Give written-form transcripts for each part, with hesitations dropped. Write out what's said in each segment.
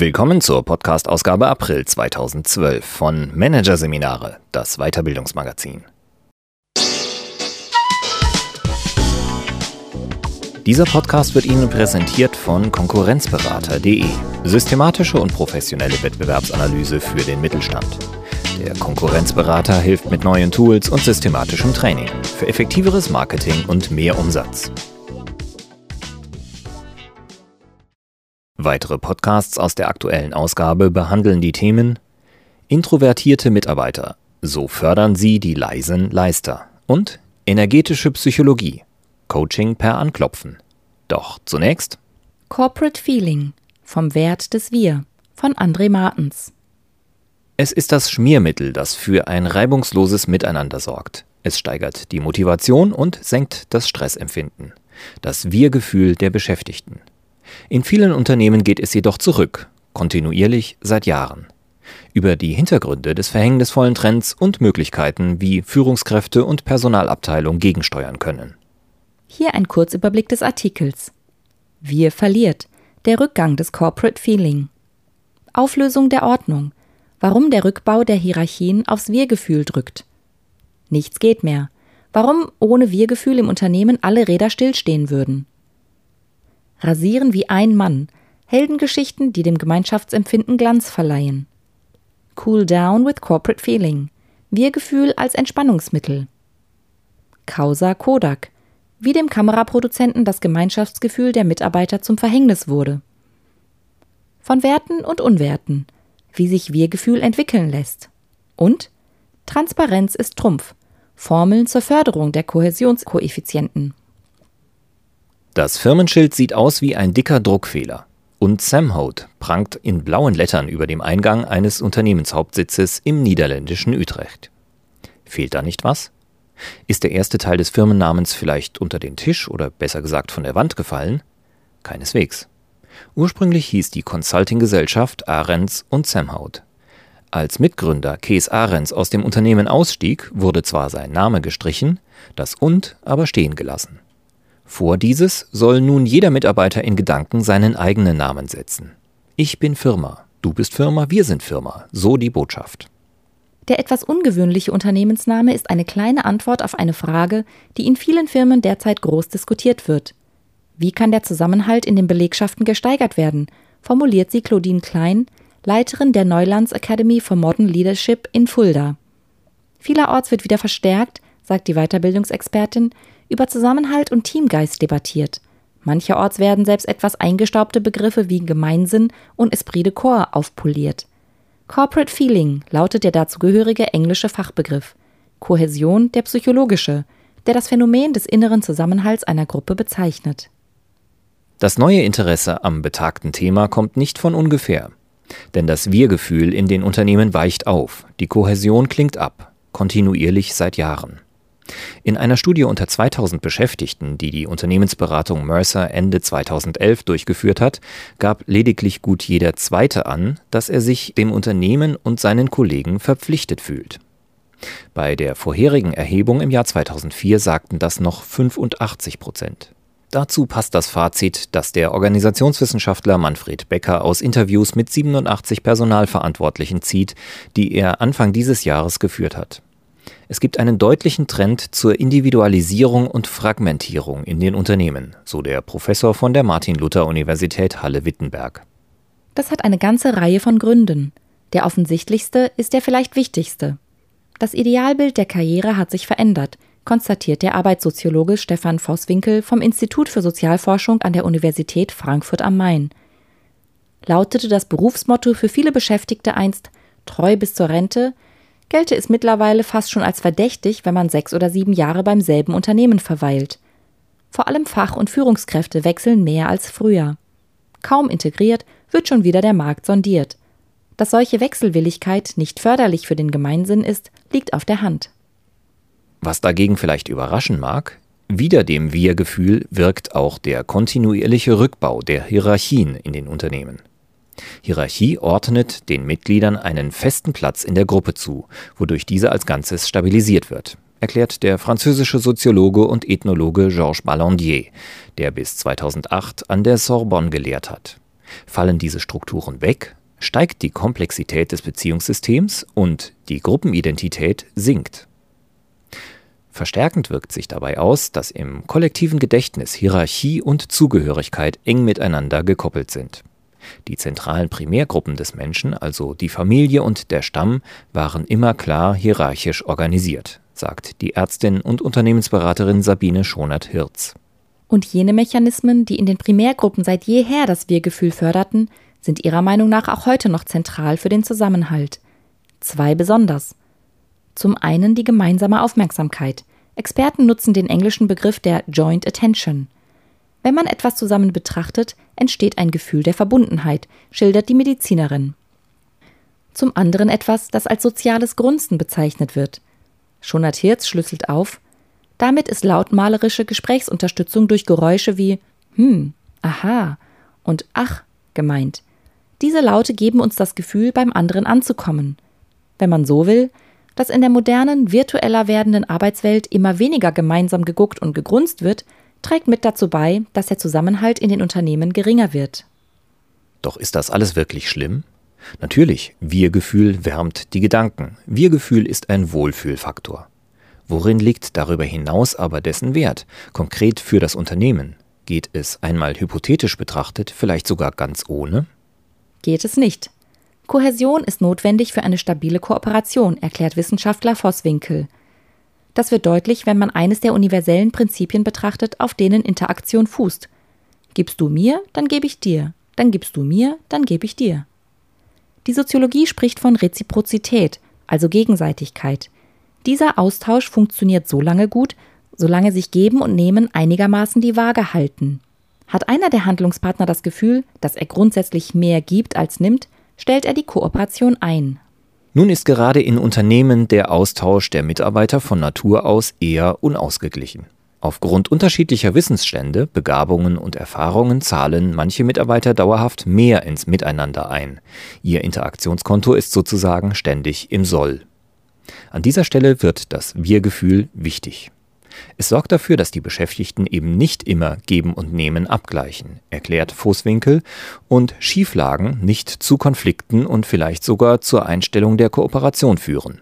Willkommen zur Podcast-Ausgabe April 2012 von Managerseminare, das Weiterbildungsmagazin. Dieser Podcast wird Ihnen präsentiert von Konkurrenzberater.de. Systematische und professionelle Wettbewerbsanalyse für den Mittelstand. Der Konkurrenzberater hilft mit neuen Tools und systematischem Training für effektiveres Marketing und mehr Umsatz. Weitere Podcasts aus der aktuellen Ausgabe behandeln die Themen Introvertierte Mitarbeiter, so fördern sie die leisen Leister und energetische Psychologie, Coaching per Anklopfen. Doch zunächst Corporate Feeling, vom Wert des Wir, von André Martens. Es ist das Schmiermittel, das für ein reibungsloses Miteinander sorgt. Es steigert die Motivation und senkt das Stressempfinden, das Wir-Gefühl der Beschäftigten. In vielen Unternehmen geht es jedoch zurück, kontinuierlich seit Jahren. Über die Hintergründe des verhängnisvollen Trends und Möglichkeiten, wie Führungskräfte und Personalabteilung gegensteuern können. Hier ein Kurzüberblick des Artikels. Wir verliert, der Rückgang des Corporate Feeling. Auflösung der Ordnung, warum der Rückbau der Hierarchien aufs Wir-Gefühl drückt. Nichts geht mehr, warum ohne Wir-Gefühl im Unternehmen alle Räder stillstehen würden. Rasieren wie ein Mann, Heldengeschichten, die dem Gemeinschaftsempfinden Glanz verleihen. Cool down with corporate feeling, Wir-Gefühl als Entspannungsmittel. Causa Kodak, wie dem Kameraproduzenten das Gemeinschaftsgefühl der Mitarbeiter zum Verhängnis wurde. Von Werten und Unwerten, wie sich Wir-Gefühl entwickeln lässt. Und Transparenz ist Trumpf, Formeln zur Förderung der Kohäsionskoeffizienten. Das Firmenschild sieht aus wie ein dicker Druckfehler. Und Samhout prangt in blauen Lettern über dem Eingang eines Unternehmenshauptsitzes im niederländischen Utrecht. Fehlt da nicht was? Ist der erste Teil des Firmennamens vielleicht unter den Tisch oder besser gesagt von der Wand gefallen? Keineswegs. Ursprünglich hieß die Consulting-Gesellschaft Arends und Samhout. Als Mitgründer Kees Arends aus dem Unternehmen ausstieg, wurde zwar sein Name gestrichen, das Und aber stehen gelassen. Vor dieses soll nun jeder Mitarbeiter in Gedanken seinen eigenen Namen setzen. Ich bin Firma, du bist Firma, wir sind Firma, so die Botschaft. Der etwas ungewöhnliche Unternehmensname ist eine kleine Antwort auf eine Frage, die in vielen Firmen derzeit groß diskutiert wird. Wie kann der Zusammenhalt in den Belegschaften gesteigert werden, formuliert sie Claudine Klein, Leiterin der Neulands Academy for Modern Leadership in Fulda. Vielerorts wird wieder verstärkt, sagt die Weiterbildungsexpertin, über Zusammenhalt und Teamgeist debattiert. Mancherorts werden selbst etwas eingestaubte Begriffe wie Gemeinsinn und Esprit de Corps aufpoliert. Corporate Feeling lautet der dazugehörige englische Fachbegriff. Kohäsion der psychologische, der das Phänomen des inneren Zusammenhalts einer Gruppe bezeichnet. Das neue Interesse am betagten Thema kommt nicht von ungefähr. Denn das Wir-Gefühl in den Unternehmen weicht auf, die Kohäsion klingt ab, kontinuierlich seit Jahren. In einer Studie unter 2000 Beschäftigten, die die Unternehmensberatung Mercer Ende 2011 durchgeführt hat, gab lediglich gut jeder Zweite an, dass er sich dem Unternehmen und seinen Kollegen verpflichtet fühlt. Bei der vorherigen Erhebung im Jahr 2004 sagten das noch 85%. Dazu passt das Fazit, das der Organisationswissenschaftler Manfred Becker aus Interviews mit 87 Personalverantwortlichen zieht, die er Anfang dieses Jahres geführt hat. Es gibt einen deutlichen Trend zur Individualisierung und Fragmentierung in den Unternehmen, so der Professor von der Martin-Luther-Universität Halle-Wittenberg. Das hat eine ganze Reihe von Gründen. Der offensichtlichste ist der vielleicht wichtigste. Das Idealbild der Karriere hat sich verändert, konstatiert der Arbeitssoziologe Stefan Voßwinkel vom Institut für Sozialforschung an der Universität Frankfurt am Main. Lautete das Berufsmotto für viele Beschäftigte einst »Treu bis zur Rente«, gelte es mittlerweile fast schon als verdächtig, wenn man 6 oder 7 Jahre beim selben Unternehmen verweilt. Vor allem Fach- und Führungskräfte wechseln mehr als früher. Kaum integriert, wird schon wieder der Markt sondiert. Dass solche Wechselwilligkeit nicht förderlich für den Gemeinsinn ist, liegt auf der Hand. Was dagegen vielleicht überraschen mag, wider dem Wir-Gefühl wirkt auch der kontinuierliche Rückbau der Hierarchien in den Unternehmen. Hierarchie ordnet den Mitgliedern einen festen Platz in der Gruppe zu, wodurch diese als Ganzes stabilisiert wird, erklärt der französische Soziologe und Ethnologe Georges Ballandier, der bis 2008 an der Sorbonne gelehrt hat. Fallen diese Strukturen weg, steigt die Komplexität des Beziehungssystems und die Gruppenidentität sinkt. Verstärkend wirkt sich dabei aus, dass im kollektiven Gedächtnis Hierarchie und Zugehörigkeit eng miteinander gekoppelt sind. Die zentralen Primärgruppen des Menschen, also die Familie und der Stamm, waren immer klar hierarchisch organisiert, sagt die Ärztin und Unternehmensberaterin Sabine Schonert-Hirz. Und jene Mechanismen, die in den Primärgruppen seit jeher das Wir-Gefühl förderten, sind ihrer Meinung nach auch heute noch zentral für den Zusammenhalt. 2 besonders. Zum einen die gemeinsame Aufmerksamkeit. Experten nutzen den englischen Begriff der Joint Attention. Wenn man etwas zusammen betrachtet, entsteht ein Gefühl der Verbundenheit, schildert die Medizinerin. Zum anderen etwas, das als soziales Grunzen bezeichnet wird. Schonert-Hirz schlüsselt auf: Damit ist lautmalerische Gesprächsunterstützung durch Geräusche wie aha und ach gemeint. Diese Laute geben uns das Gefühl, beim anderen anzukommen. Wenn man so will, dass in der modernen, virtueller werdenden Arbeitswelt immer weniger gemeinsam geguckt und gegrunzt wird, trägt mit dazu bei, dass der Zusammenhalt in den Unternehmen geringer wird. Doch ist das alles wirklich schlimm? Natürlich, Wir-Gefühl wärmt die Gedanken. Wir-Gefühl ist ein Wohlfühlfaktor. Worin liegt darüber hinaus aber dessen Wert, konkret für das Unternehmen? Geht es einmal hypothetisch betrachtet vielleicht sogar ganz ohne? Geht es nicht. Kohäsion ist notwendig für eine stabile Kooperation, erklärt Wissenschaftler Vosswinkel. Das wird deutlich, wenn man eines der universellen Prinzipien betrachtet, auf denen Interaktion fußt. Gibst du mir, dann gebe ich dir. Dann gibst du mir, dann gebe ich dir. Die Soziologie spricht von Reziprozität, also Gegenseitigkeit. Dieser Austausch funktioniert so lange gut, solange sich Geben und Nehmen einigermaßen die Waage halten. Hat einer der Handlungspartner das Gefühl, dass er grundsätzlich mehr gibt als nimmt, stellt er die Kooperation ein. Nun ist gerade in Unternehmen der Austausch der Mitarbeiter von Natur aus eher unausgeglichen. Aufgrund unterschiedlicher Wissensstände, Begabungen und Erfahrungen zahlen manche Mitarbeiter dauerhaft mehr ins Miteinander ein. Ihr Interaktionskonto ist sozusagen ständig im Soll. An dieser Stelle wird das Wir-Gefühl wichtig. Es sorgt dafür, dass die Beschäftigten eben nicht immer Geben und Nehmen abgleichen, erklärt Vosswinkel, und Schieflagen nicht zu Konflikten und vielleicht sogar zur Einstellung der Kooperation führen.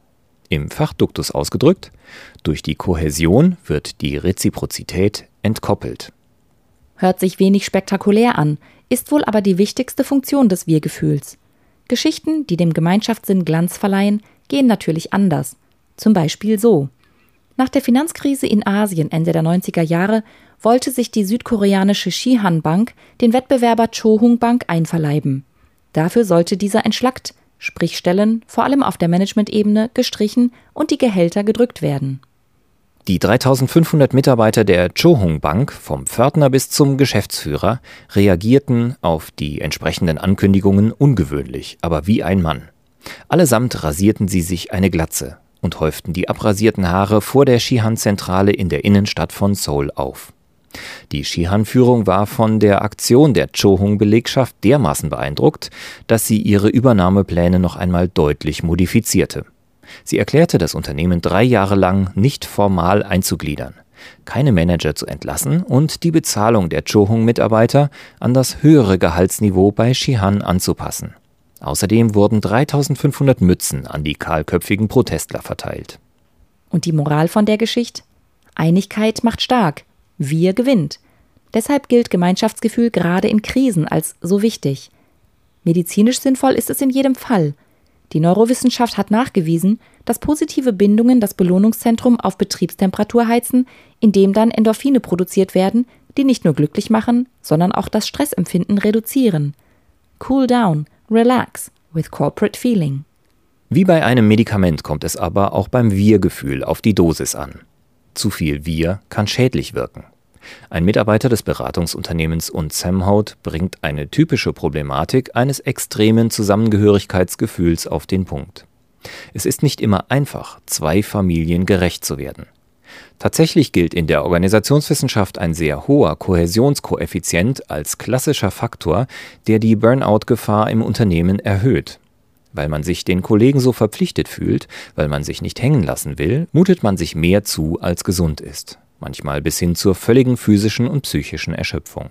Im Fachduktus ausgedrückt: Durch die Kohäsion wird die Reziprozität entkoppelt. Hört sich wenig spektakulär an, ist wohl aber die wichtigste Funktion des Wir-Gefühls. Geschichten, die dem Gemeinschaftssinn Glanz verleihen, gehen natürlich anders. Zum Beispiel so: Nach der Finanzkrise in Asien Ende der 90er Jahre wollte sich die südkoreanische Shihan Bank den Wettbewerber Chohung Bank einverleiben. Dafür sollte dieser entschlackt, sprich Stellen, vor allem auf der Managementebene, gestrichen und die Gehälter gedrückt werden. Die 3500 Mitarbeiter der Chohung Bank, vom Pförtner bis zum Geschäftsführer, reagierten auf die entsprechenden Ankündigungen ungewöhnlich, aber wie ein Mann. Allesamt rasierten sie sich eine Glatze und häuften die abrasierten Haare vor der Shihan-Zentrale in der Innenstadt von Seoul auf. Die Shihan-Führung war von der Aktion der Chohung-Belegschaft dermaßen beeindruckt, dass sie ihre Übernahmepläne noch einmal deutlich modifizierte. Sie erklärte, das Unternehmen 3 Jahre lang nicht formal einzugliedern, keine Manager zu entlassen und die Bezahlung der Chohung-Mitarbeiter an das höhere Gehaltsniveau bei Shihan anzupassen. Außerdem wurden 3500 Mützen an die kahlköpfigen Protestler verteilt. Und die Moral von der Geschichte? Einigkeit macht stark. Wir gewinnt. Deshalb gilt Gemeinschaftsgefühl gerade in Krisen als so wichtig. Medizinisch sinnvoll ist es in jedem Fall. Die Neurowissenschaft hat nachgewiesen, dass positive Bindungen das Belohnungszentrum auf Betriebstemperatur heizen, indem dann Endorphine produziert werden, die nicht nur glücklich machen, sondern auch das Stressempfinden reduzieren. Cool down, relax with corporate feeling. Wie bei einem Medikament kommt es aber auch beim Wir-Gefühl auf die Dosis an. Zu viel Wir kann schädlich wirken. Ein Mitarbeiter des Beratungsunternehmens Samhout bringt eine typische Problematik eines extremen Zusammengehörigkeitsgefühls auf den Punkt. Es ist nicht immer einfach, 2 Familien gerecht zu werden. Tatsächlich gilt in der Organisationswissenschaft ein sehr hoher Kohäsionskoeffizient als klassischer Faktor, der die Burnout-Gefahr im Unternehmen erhöht. Weil man sich den Kollegen so verpflichtet fühlt, weil man sich nicht hängen lassen will, mutet man sich mehr zu, als gesund ist. Manchmal bis hin zur völligen physischen und psychischen Erschöpfung.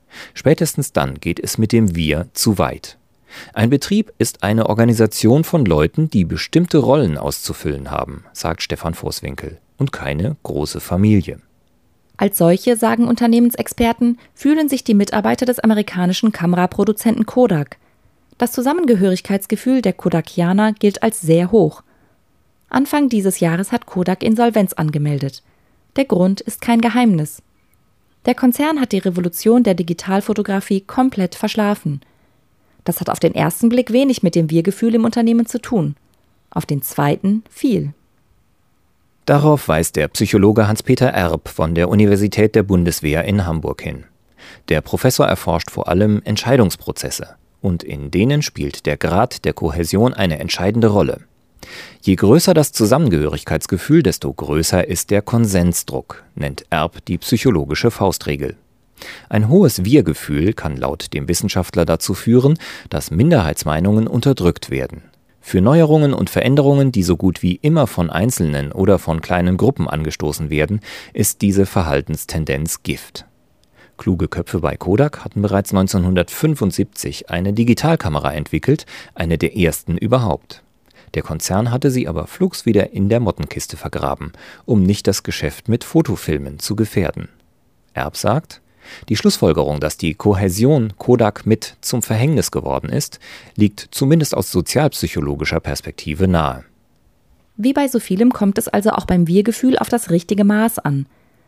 Spätestens dann geht es mit dem Wir zu weit. Ein Betrieb ist eine Organisation von Leuten, die bestimmte Rollen auszufüllen haben, sagt Stefan Voßwinkel, und keine große Familie. Als solche, sagen Unternehmensexperten, fühlen sich die Mitarbeiter des amerikanischen Kameraproduzenten Kodak. Das Zusammengehörigkeitsgefühl der Kodakianer gilt als sehr hoch. Anfang dieses Jahres hat Kodak Insolvenz angemeldet. Der Grund ist kein Geheimnis. Der Konzern hat die Revolution der Digitalfotografie komplett verschlafen. Das hat auf den ersten Blick wenig mit dem Wir-Gefühl im Unternehmen zu tun. Auf den zweiten viel. Darauf weist der Psychologe Hans-Peter Erb von der Universität der Bundeswehr in Hamburg hin. Der Professor erforscht vor allem Entscheidungsprozesse. Und in denen spielt der Grad der Kohäsion eine entscheidende Rolle. Je größer das Zusammengehörigkeitsgefühl, desto größer ist der Konsensdruck, nennt Erb die psychologische Faustregel. Ein hohes Wir-Gefühl kann laut dem Wissenschaftler dazu führen, dass Minderheitsmeinungen unterdrückt werden. Für Neuerungen und Veränderungen, die so gut wie immer von Einzelnen oder von kleinen Gruppen angestoßen werden, ist diese Verhaltenstendenz Gift. Kluge Köpfe bei Kodak hatten bereits 1975 eine Digitalkamera entwickelt, eine der ersten überhaupt. Der Konzern hatte sie aber flugs wieder in der Mottenkiste vergraben, um nicht das Geschäft mit Fotofilmen zu gefährden. Erb sagt, die Schlussfolgerung, dass die Kohäsion Kodak mit zum Verhängnis geworden ist, liegt zumindest aus sozialpsychologischer Perspektive nahe. Wie bei so vielem kommt es also auch beim Wir-Gefühl auf das richtige Maß an.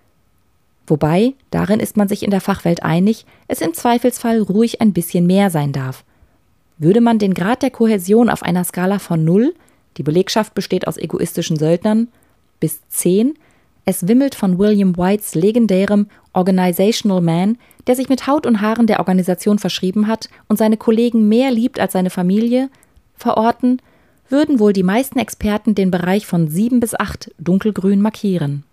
Wobei, darin ist man sich in der Fachwelt einig, es im Zweifelsfall ruhig ein bisschen mehr sein darf. Würde man den Grad der Kohäsion auf einer Skala von 0, die Belegschaft besteht aus egoistischen Söldnern, bis 10, es wimmelt von William Whites legendärem Organizational Man, der sich mit Haut und Haaren der Organisation verschrieben hat und seine Kollegen mehr liebt als seine Familie, verorten, würden wohl die meisten Experten den Bereich von 7 bis 8 dunkelgrün markieren.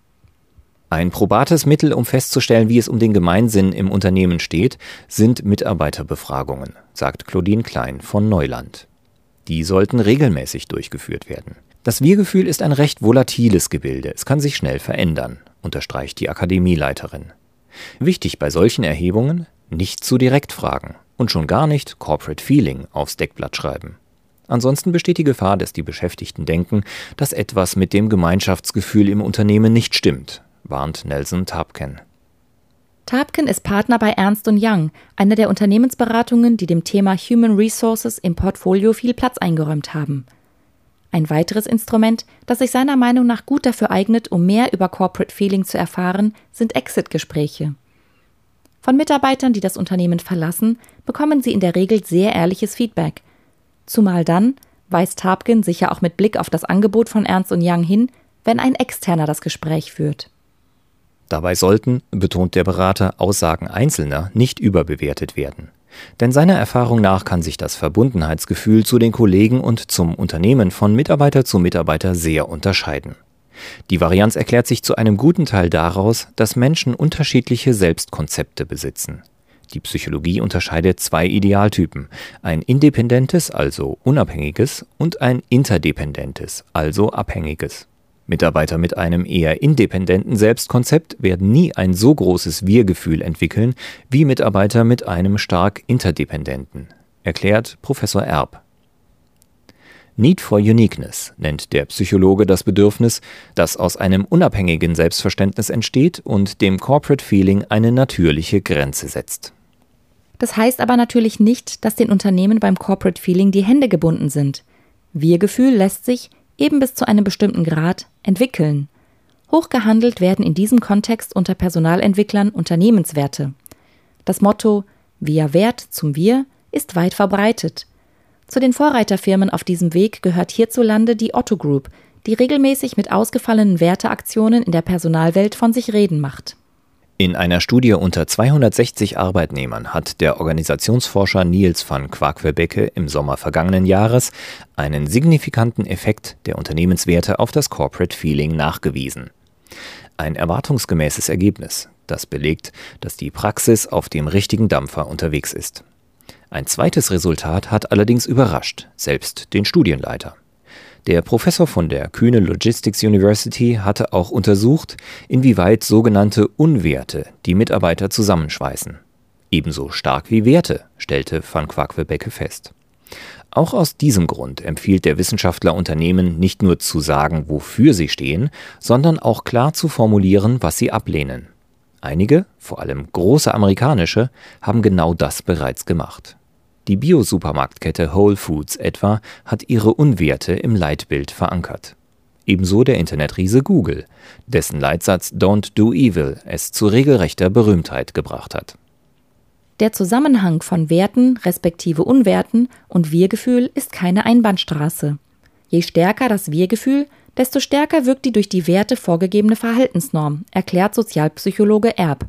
Ein probates Mittel, um festzustellen, wie es um den Gemeinsinn im Unternehmen steht, sind Mitarbeiterbefragungen, sagt Claudine Klein von Neuland. Die sollten regelmäßig durchgeführt werden. Das Wir-Gefühl ist ein recht volatiles Gebilde, es kann sich schnell verändern, unterstreicht die Akademieleiterin. Wichtig bei solchen Erhebungen, nicht zu direkt fragen und schon gar nicht Corporate Feeling aufs Deckblatt schreiben. Ansonsten besteht die Gefahr, dass die Beschäftigten denken, dass etwas mit dem Gemeinschaftsgefühl im Unternehmen nicht stimmt, warnt Nelson Tapken. Tapken ist Partner bei Ernst & Young, einer der Unternehmensberatungen, die dem Thema Human Resources im Portfolio viel Platz eingeräumt haben. Ein weiteres Instrument, das sich seiner Meinung nach gut dafür eignet, um mehr über Corporate Feeling zu erfahren, sind Exit-Gespräche. Von Mitarbeitern, die das Unternehmen verlassen, bekommen sie in der Regel sehr ehrliches Feedback. Zumal dann, weist Tapken sicher auch mit Blick auf das Angebot von Ernst & Young hin, wenn ein Externer das Gespräch führt. Dabei sollten, betont der Berater, Aussagen Einzelner nicht überbewertet werden. Denn seiner Erfahrung nach kann sich das Verbundenheitsgefühl zu den Kollegen und zum Unternehmen von Mitarbeiter zu Mitarbeiter sehr unterscheiden. Die Varianz erklärt sich zu einem guten Teil daraus, dass Menschen unterschiedliche Selbstkonzepte besitzen. Die Psychologie unterscheidet zwei Idealtypen, ein independentes, also unabhängiges, und ein interdependentes, also abhängiges. Mitarbeiter mit einem eher independenten Selbstkonzept werden nie ein so großes Wir-Gefühl entwickeln wie Mitarbeiter mit einem stark interdependenten, erklärt Professor Erb. Need for Uniqueness nennt der Psychologe das Bedürfnis, das aus einem unabhängigen Selbstverständnis entsteht und dem Corporate Feeling eine natürliche Grenze setzt. Das heißt aber natürlich nicht, dass den Unternehmen beim Corporate Feeling die Hände gebunden sind. Wir-Gefühl lässt sich, eben bis zu einem bestimmten Grad, entwickeln. Hochgehandelt werden in diesem Kontext unter Personalentwicklern Unternehmenswerte. Das Motto »Wir Wert zum Wir« ist weit verbreitet. Zu den Vorreiterfirmen auf diesem Weg gehört hierzulande die Otto Group, die regelmäßig mit ausgefallenen Werteaktionen in der Personalwelt von sich reden macht. In einer Studie unter 260 Arbeitnehmern hat der Organisationsforscher Niels van Quaquebecke im Sommer vergangenen Jahres einen signifikanten Effekt der Unternehmenswerte auf das Corporate Feeling nachgewiesen. Ein erwartungsgemäßes Ergebnis, das belegt, dass die Praxis auf dem richtigen Dampfer unterwegs ist. Ein zweites Resultat hat allerdings überrascht, selbst den Studienleiter. Der Professor von der Kühne Logistics University hatte auch untersucht, inwieweit sogenannte Unwerte die Mitarbeiter zusammenschweißen. Ebenso stark wie Werte, stellte van Quaquebecke fest. Auch aus diesem Grund empfiehlt der Wissenschaftler Unternehmen nicht nur zu sagen, wofür sie stehen, sondern auch klar zu formulieren, was sie ablehnen. Einige, vor allem große amerikanische, haben genau das bereits gemacht. Die Bio-Supermarktkette Whole Foods etwa hat ihre Unwerte im Leitbild verankert. Ebenso der Internetriese Google, dessen Leitsatz Don't do evil es zu regelrechter Berühmtheit gebracht hat. Der Zusammenhang von Werten respektive Unwerten und Wir-Gefühl ist keine Einbahnstraße. Je stärker das Wir-Gefühl, desto stärker wirkt die durch die Werte vorgegebene Verhaltensnorm, erklärt Sozialpsychologe Erb.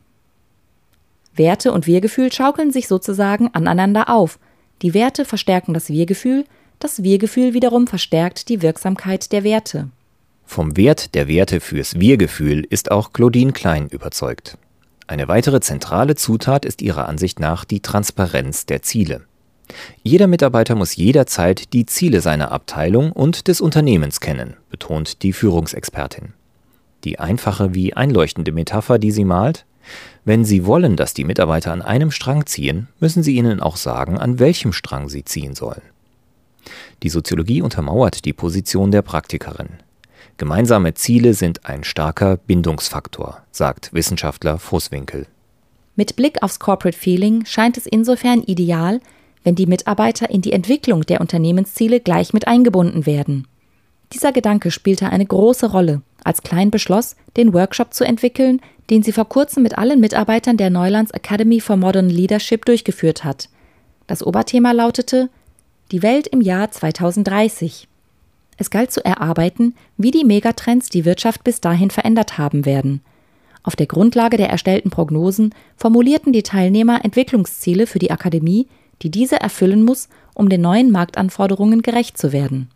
Werte und Wir-Gefühl schaukeln sich sozusagen aneinander auf. Die Werte verstärken das Wir-Gefühl wiederum verstärkt die Wirksamkeit der Werte. Vom Wert der Werte fürs Wir-Gefühl ist auch Claudine Klein überzeugt. Eine weitere zentrale Zutat ist ihrer Ansicht nach die Transparenz der Ziele. Jeder Mitarbeiter muss jederzeit die Ziele seiner Abteilung und des Unternehmens kennen, betont die Führungsexpertin. Die einfache wie einleuchtende Metapher, die sie malt: Wenn Sie wollen, dass die Mitarbeiter an einem Strang ziehen, müssen Sie ihnen auch sagen, an welchem Strang sie ziehen sollen. Die Soziologie untermauert die Position der Praktikerin. Gemeinsame Ziele sind ein starker Bindungsfaktor, sagt Wissenschaftler Voßwinkel. Mit Blick aufs Corporate Feeling scheint es insofern ideal, wenn die Mitarbeiter in die Entwicklung der Unternehmensziele gleich mit eingebunden werden. Dieser Gedanke spielte eine große Rolle, als Klein beschloss, den Workshop zu entwickeln, den sie vor kurzem mit allen Mitarbeitern der Neulands Academy for Modern Leadership durchgeführt hat. Das Oberthema lautete: Die Welt im Jahr 2030. Es galt zu erarbeiten, wie die Megatrends die Wirtschaft bis dahin verändert haben werden. Auf der Grundlage der erstellten Prognosen formulierten die Teilnehmer Entwicklungsziele für die Akademie, die diese erfüllen muss, um den neuen Marktanforderungen gerecht zu werden.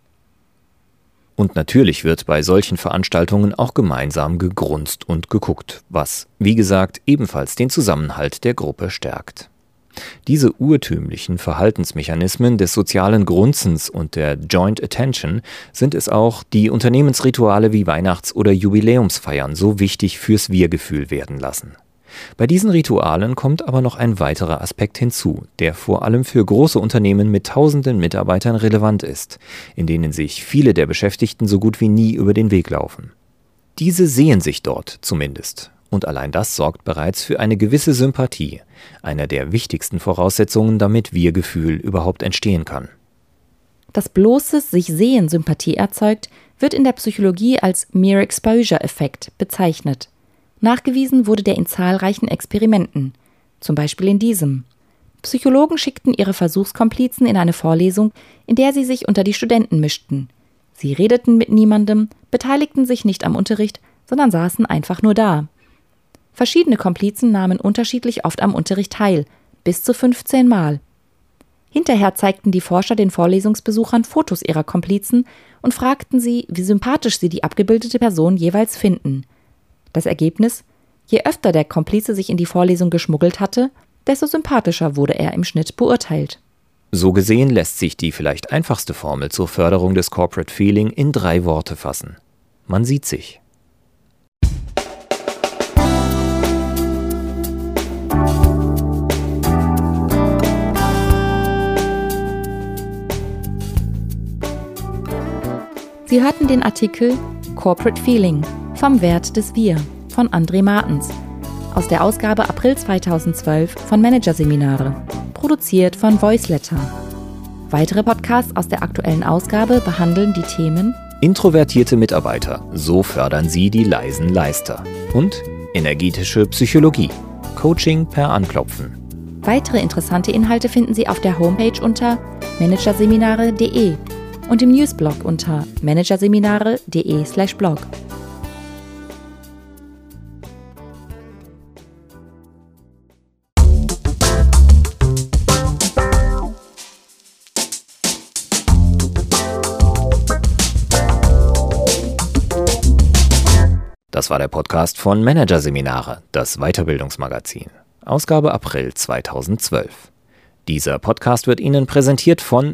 Und natürlich wird bei solchen Veranstaltungen auch gemeinsam gegrunzt und geguckt, was, wie gesagt, ebenfalls den Zusammenhalt der Gruppe stärkt. Diese urtümlichen Verhaltensmechanismen des sozialen Grunzens und der Joint Attention sind es auch, die Unternehmensrituale wie Weihnachts- oder Jubiläumsfeiern so wichtig fürs Wir-Gefühl werden lassen. Bei diesen Ritualen kommt aber noch ein weiterer Aspekt hinzu, der vor allem für große Unternehmen mit tausenden Mitarbeitern relevant ist, in denen sich viele der Beschäftigten so gut wie nie über den Weg laufen. Diese sehen sich dort zumindest. Und allein das sorgt bereits für eine gewisse Sympathie, einer der wichtigsten Voraussetzungen, damit Wir-Gefühl überhaupt entstehen kann. Das bloße Sich-Sehen-Sympathie erzeugt, wird in der Psychologie als Mere Exposure-Effekt bezeichnet. Nachgewiesen wurde der in zahlreichen Experimenten, zum Beispiel in diesem. Psychologen schickten ihre Versuchskomplizen in eine Vorlesung, in der sie sich unter die Studenten mischten. Sie redeten mit niemandem, beteiligten sich nicht am Unterricht, sondern saßen einfach nur da. Verschiedene Komplizen nahmen unterschiedlich oft am Unterricht teil, bis zu 15 Mal. Hinterher zeigten die Forscher den Vorlesungsbesuchern Fotos ihrer Komplizen und fragten sie, wie sympathisch sie die abgebildete Person jeweils finden. Das Ergebnis: Je öfter der Komplize sich in die Vorlesung geschmuggelt hatte, desto sympathischer wurde er im Schnitt beurteilt. So gesehen lässt sich die vielleicht einfachste Formel zur Förderung des Corporate Feeling in 3 Worte fassen: Man sieht sich. Sie hörten den Artikel Corporate Feeling vom Wert des Wir von André Martens aus der Ausgabe April 2012 von Managerseminare, produziert von Voiceletter. Weitere Podcasts aus der aktuellen Ausgabe behandeln die Themen Introvertierte Mitarbeiter, so fördern sie die leisen Leister. Und energetische Psychologie, Coaching per Anklopfen. Weitere interessante Inhalte finden Sie auf der Homepage unter managerseminare.de und im Newsblog unter managerseminare.de/blog. Das war der Podcast von Managerseminare, das Weiterbildungsmagazin. Ausgabe April 2012. Dieser Podcast wird Ihnen präsentiert von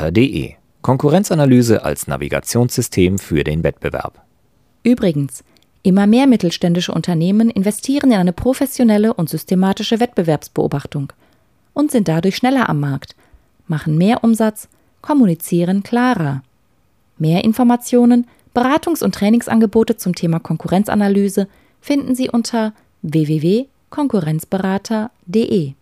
www.konkurrenzberater.de. Konkurrenzanalyse als Navigationssystem für den Wettbewerb. Übrigens, Immer mehr mittelständische Unternehmen investieren in eine professionelle und systematische Wettbewerbsbeobachtung und sind dadurch schneller am Markt, machen mehr Umsatz, kommunizieren klarer. Mehr Informationen, Beratungs- und Trainingsangebote zum Thema Konkurrenzanalyse finden Sie unter www.konkurrenzberater.de.